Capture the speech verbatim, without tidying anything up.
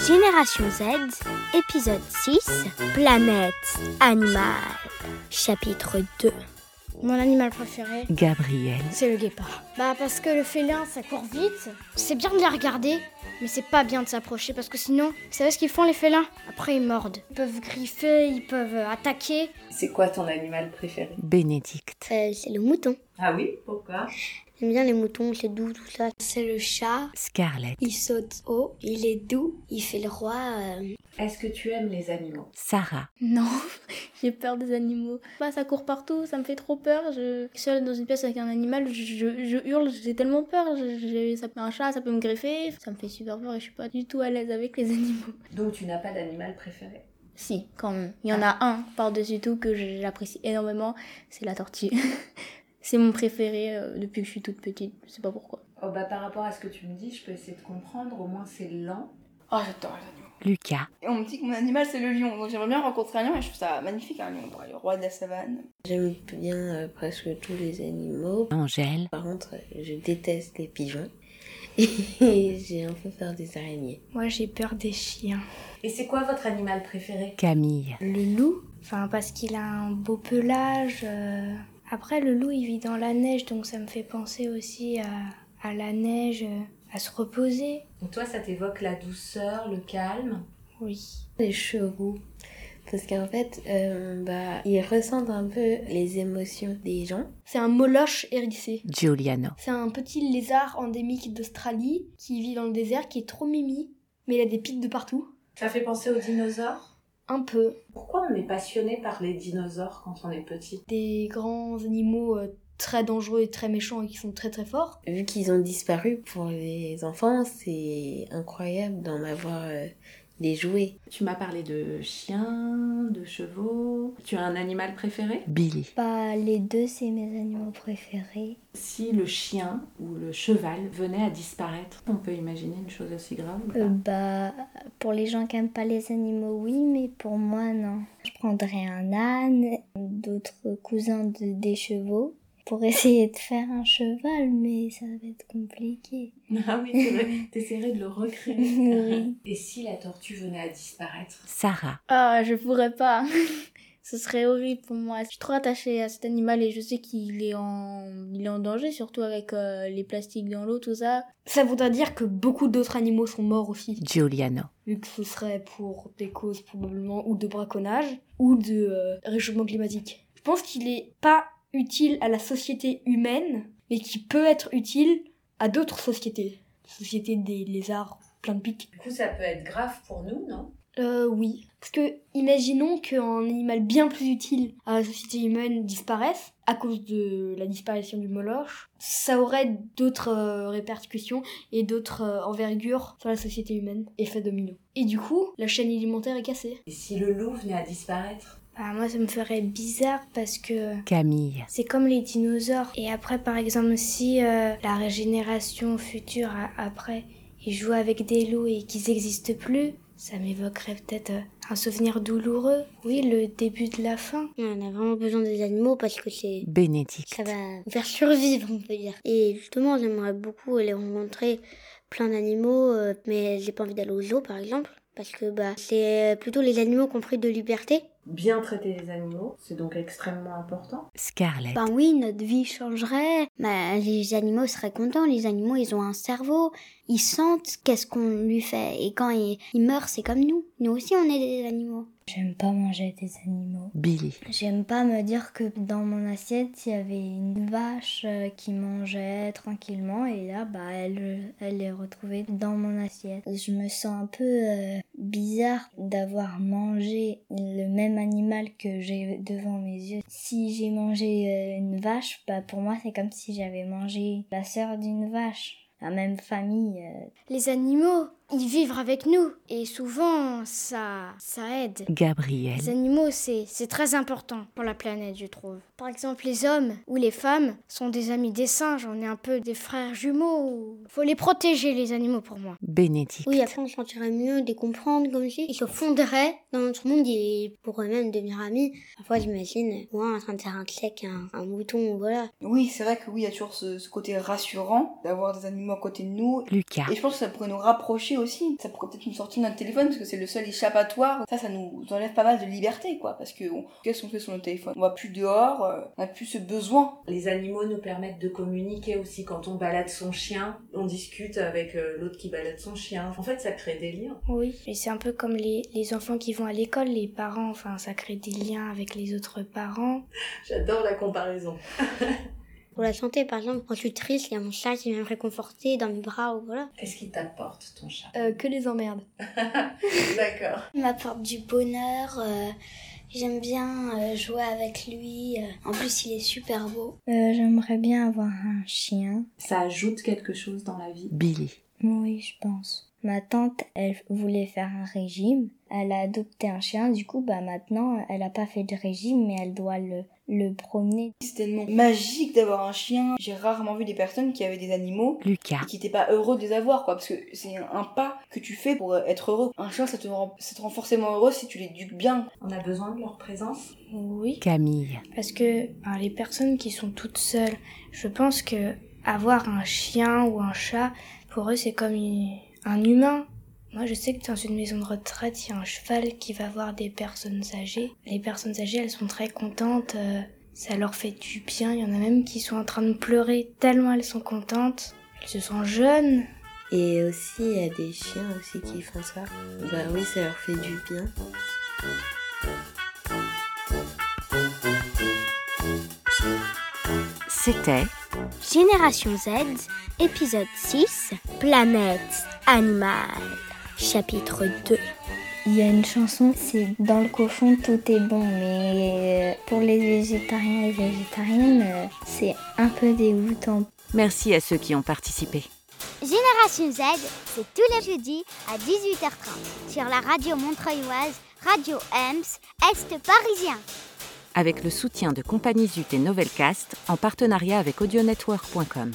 Génération Z, épisode six, Planète animale, chapitre deux. Mon animal préféré, Gabriel, c'est le guépard. Bah parce que le félin, ça court vite. C'est bien de les regarder, mais c'est pas bien de s'approcher parce que sinon, vous savez ce qu'ils font les félins ? Après ils mordent. Ils peuvent griffer, ils peuvent attaquer. C'est quoi ton animal préféré ? Bénédicte, Euh, c'est le mouton. Ah oui, pourquoi ? J'aime bien les moutons, c'est doux, tout ça. C'est le chat. Scarlett, Il saute haut, il est doux, il fait le roi. Euh... Est-ce que tu aimes les animaux ? Sarah, Non, j'ai peur des animaux. Bah ça court partout, ça me fait trop peur. Je suis seule dans une pièce avec un animal, je, je, je hurle, j'ai tellement peur. Je, je, ça peut un chat, ça peut me greffer. Ça me fait super peur et je suis pas du tout à l'aise avec les animaux. Donc tu n'as pas d'animal préféré ? Si, quand même. Il y en a un par-dessus tout que j'apprécie énormément, c'est la tortue. C'est mon préféré euh, depuis que je suis toute petite, je sais pas pourquoi. Oh bah par rapport à ce que tu me dis, je peux essayer de comprendre, au moins c'est lent. Oh, j'adore les animaux. Lucas, Et on me dit que mon animal c'est le lion, donc j'aimerais bien rencontrer un lion et je trouve ça magnifique un lion, le roi de la savane. J'aime bien euh, presque tous les animaux. Angèle, Par contre, je déteste les pigeons. Et j'ai un peu peur des araignées. Moi j'ai peur des chiens. Et c'est quoi votre animal préféré ? Camille, Le loup, enfin parce qu'il a un beau pelage. Euh... Après le loup il vit dans la neige, donc ça me fait penser aussi à, à la neige, à se reposer. Donc toi ça t'évoque la douceur, le calme ? Oui. Les chevaux. Parce qu'en fait, euh, bah, ils ressentent un peu les émotions des gens. C'est un moloche hérissé. Giuliano, C'est un petit lézard endémique d'Australie qui vit dans le désert, qui est trop mimi, mais il a des pics de partout. Ça fait penser aux dinosaures ? Un peu. Pourquoi on est passionné par les dinosaures quand on est petit ? Des grands animaux euh, très dangereux et très méchants et qui sont très très forts. Vu qu'ils ont disparu pour les enfants, c'est incroyable d'en avoir euh, des jouets. Tu m'as parlé de chiens, de chevaux. Tu as un animal préféré ? Billy, Bah, les deux, c'est mes animaux préférés. Si le chien ou le cheval venait à disparaître, on peut imaginer une chose aussi grave ou pas ? Euh, bah, pour les gens qui aiment pas les animaux, oui, mais pour moi, non. Je prendrais un âne, d'autres cousins de, des chevaux, pour essayer de faire un cheval, mais ça va être compliqué. Ah oui, c'est vrai. T'essaierais de le recréer. Oui. Et si la tortue venait à disparaître ? Sarah, Ah, je pourrais pas. Ce serait horrible pour moi. Je suis trop attachée à cet animal et je sais qu'il est en, il est en danger, surtout avec euh, les plastiques dans l'eau, tout ça. Ça voudrait dire que beaucoup d'autres animaux sont morts aussi. Giuliano, Vu que ce serait pour des causes probablement ou de braconnage ou de euh, réchauffement climatique. Je pense qu'il est pas utile à la société humaine, mais qui peut être utile à d'autres sociétés. Société des lézards plein de pics. Du coup, ça peut être grave pour nous, non ? Euh, oui. Parce que, imaginons qu'un animal bien plus utile à la société humaine disparaisse, à cause de la disparition du moloche, ça aurait d'autres euh, répercussions et d'autres euh, envergures sur la société humaine, effet domino. Et du coup, la chaîne alimentaire est cassée. Et si le loup venait à disparaître ? Bah, moi, ça me ferait bizarre parce que Camille, c'est comme les dinosaures. Et après, par exemple, si euh, la régénération future, a- après, ils jouent avec des loups et qu'ils n'existent plus, ça m'évoquerait peut-être euh, un souvenir douloureux. Oui, le début de la fin. On a vraiment besoin des animaux parce que c'est... Bénédicte, ça va nous faire survivre, on peut dire. Et justement, j'aimerais beaucoup aller rencontrer plein d'animaux, euh, mais j'ai pas envie d'aller au zoo, par exemple. Parce que bah, c'est plutôt les animaux qui ont pris de liberté. Bien traiter les animaux, c'est donc extrêmement important. Scarlett, Ben oui, notre vie changerait. Bah, les animaux seraient contents. Les animaux, ils ont un cerveau. Ils sentent qu'est-ce qu'on lui fait. Et quand ils, ils meurent, c'est comme nous. Nous aussi, on est des animaux. J'aime pas manger des animaux. Billy, J'aime pas me dire que dans mon assiette, il y avait une vache euh, qui mangeait tranquillement et là, bah, elle, elle est retrouvée dans mon assiette. Je me sens un peu euh, bizarre d'avoir mangé le même animal que j'ai devant mes yeux. Si j'ai mangé euh, une vache, bah, pour moi, c'est comme si j'avais mangé la sœur d'une vache. La même famille. euh. Les animaux, ils vivent avec nous. Et souvent, ça, ça aide. Gabriel, Les animaux, c'est, c'est très important pour la planète, je trouve. Par exemple, les hommes ou les femmes sont des amis des singes. On est un peu des frères jumeaux. Faut les protéger, les animaux, pour moi. Bénédicte, Oui, après, on se sentirait mieux de les comprendre comme si ils se fonderaient dans notre monde et pourraient même devenir amis. Parfois, j'imagine, moi, en train de faire un clic, un, un mouton, voilà. Oui, c'est vrai que oui, il y a toujours ce, ce côté rassurant d'avoir des animaux à côté de nous. Lucas, Et je pense que ça pourrait nous rapprocher aussi, ça pourrait peut-être nous sortir de notre téléphone parce que c'est le seul échappatoire. Ça, ça nous enlève pas mal de liberté, quoi. Parce que on... qu'est-ce qu'on fait sur notre téléphone? On va plus dehors, euh, on a plus ce besoin. Les animaux nous permettent de communiquer aussi. Quand on balade son chien, on discute avec euh, l'autre qui balade son chien. En fait, ça crée des liens. Oui, et c'est un peu comme les, les enfants qui vont à l'école, les parents, enfin, ça crée des liens avec les autres parents. J'adore la comparaison. Pour la santé, par exemple, quand je suis triste, il y a mon chat qui vient me réconforter dans mes bras, ou voilà. Qu'est-ce qu'il t'apporte, ton chat? Euh, que les emmerdes. D'accord. Il m'apporte du bonheur, euh, j'aime bien euh, jouer avec lui, euh, en plus il est super beau. Euh, j'aimerais bien avoir un chien. Ça ajoute quelque chose dans la vie. Billy. Oui, je pense. Ma tante, elle voulait faire un régime. Elle a adopté un chien. Du coup, bah maintenant, elle a pas fait de régime, mais elle doit le, le promener. C'est tellement magique d'avoir un chien. J'ai rarement vu des personnes qui avaient des animaux Lucas. et qui étaient pas heureux de les avoir, quoi. Parce que c'est un pas que tu fais pour être heureux. Un chien, ça te rend, ça te rend forcément heureux si tu l'éduques bien. On a besoin de leur présence. Oui. Camille. Parce que ben, les personnes qui sont toutes seules, je pense que avoir un chien ou un chat, pour eux, c'est comme une... un humain. Moi, je sais que dans une maison de retraite, il y a un cheval qui va voir des personnes âgées. Les personnes âgées, elles sont très contentes. Euh, ça leur fait du bien. Il y en a même qui sont en train de pleurer tellement elles sont contentes. Elles se sentent jeunes. Et aussi, il y a des chiens aussi qui font ça. Bah oui, ça leur fait du bien. C'était Génération Z, épisode six, Planète Animale, chapitre deux. Il y a une chanson, c'est « Dans le cochon, tout est bon », mais pour les végétariens et végétariennes, c'est un peu dégoûtant. Merci à ceux qui ont participé. Génération Z, c'est tous les jeudis à dix-huit heures trente sur la radio montreuilloise, Radio Ems, Est parisien. Avec le soutien de Compagnie Zut et Novelcast, en partenariat avec audionetwork point com.